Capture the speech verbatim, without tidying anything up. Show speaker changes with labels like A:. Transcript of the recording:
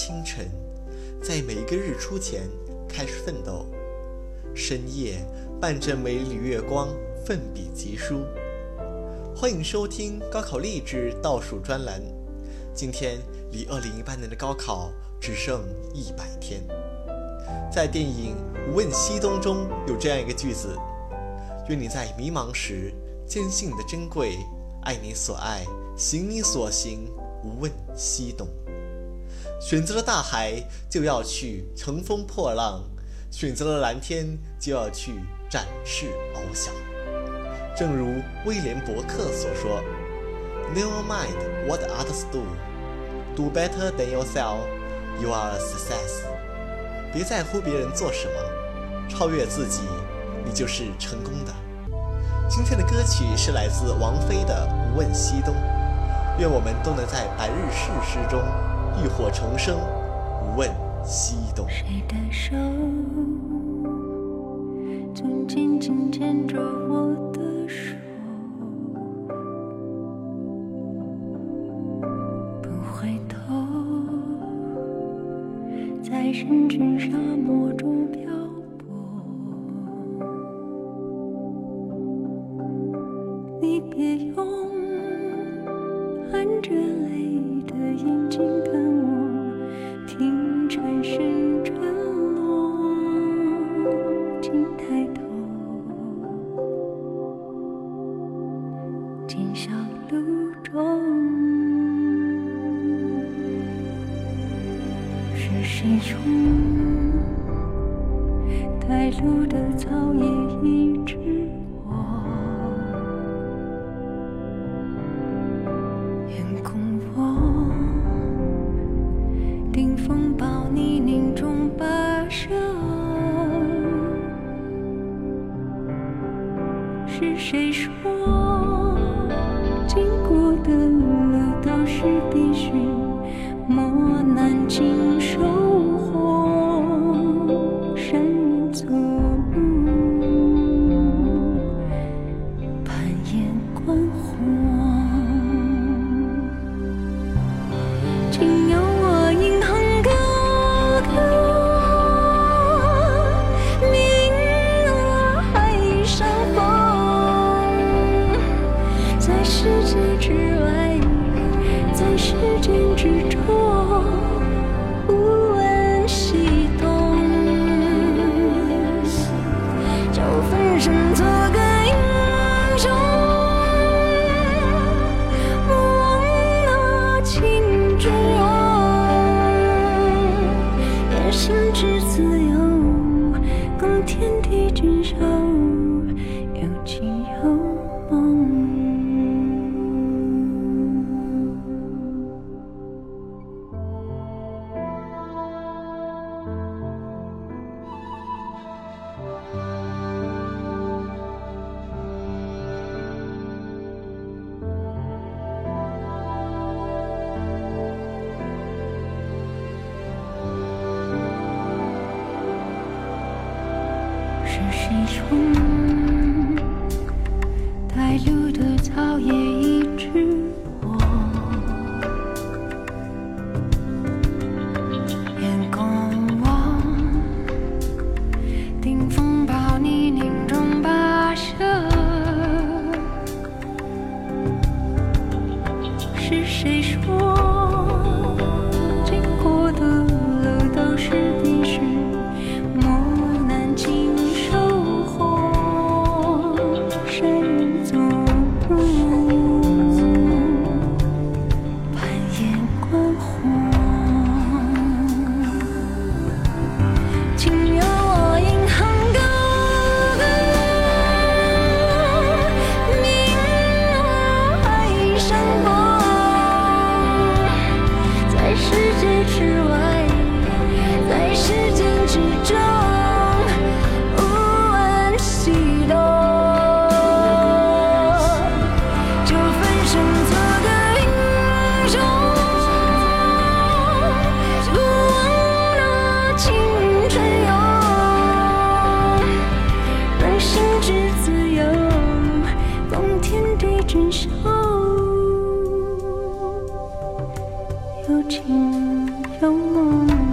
A: 清晨，在每一个日出前开始奋斗，深夜伴着美丽月光奋笔疾书。欢迎收听高考励志倒数专栏。今天离二零一八年的高考只剩一百天。在电影《无问西东》中有这样一个句子：愿你在迷茫时坚信你的珍贵，爱你所爱，行你所行，无问西东。选择了大海，就要去乘风破浪；选择了蓝天，就要去展翅翱翔。正如威廉伯克所说 Never mind what others do, do better than yourself, you are a success。 别在乎别人做什么，超越自己，你就是成功的。今天的歌曲是来自王菲的《无问西东》，愿我们都能在白日誓师中浴火重生，无问西东。
B: 谁的手总紧紧牵着我的手，不回头，在人群沙漠中漂泊。你别用含着泪的眼睛看我，听蝉声沉落，请抬头，见小路中是谁冲带路的草叶一直我，眼空我顶风暴泥泞中跋涉，是谁说经过的路都是必须磨难经收获，善人作路攀岩观火，请由我引吭高歌，明我海上风，在世界之外，在时间之中，无问西东，就分身做个英雄，忘了青春勇，愿心之自由，共天地君守，有情有梦。是谁冲带路的草叶一直我，眼光望顶风暴泥泞中跋涉，是谁说经过的路都是必须磨难经收获，善人作路攀岩观火，请由我引吭高歌，明我海上风，在世界之外，在时间之中，无问西东，就分身做个英雄，不忘了青春勇，让心之自由，共天地君守，有情秋梦。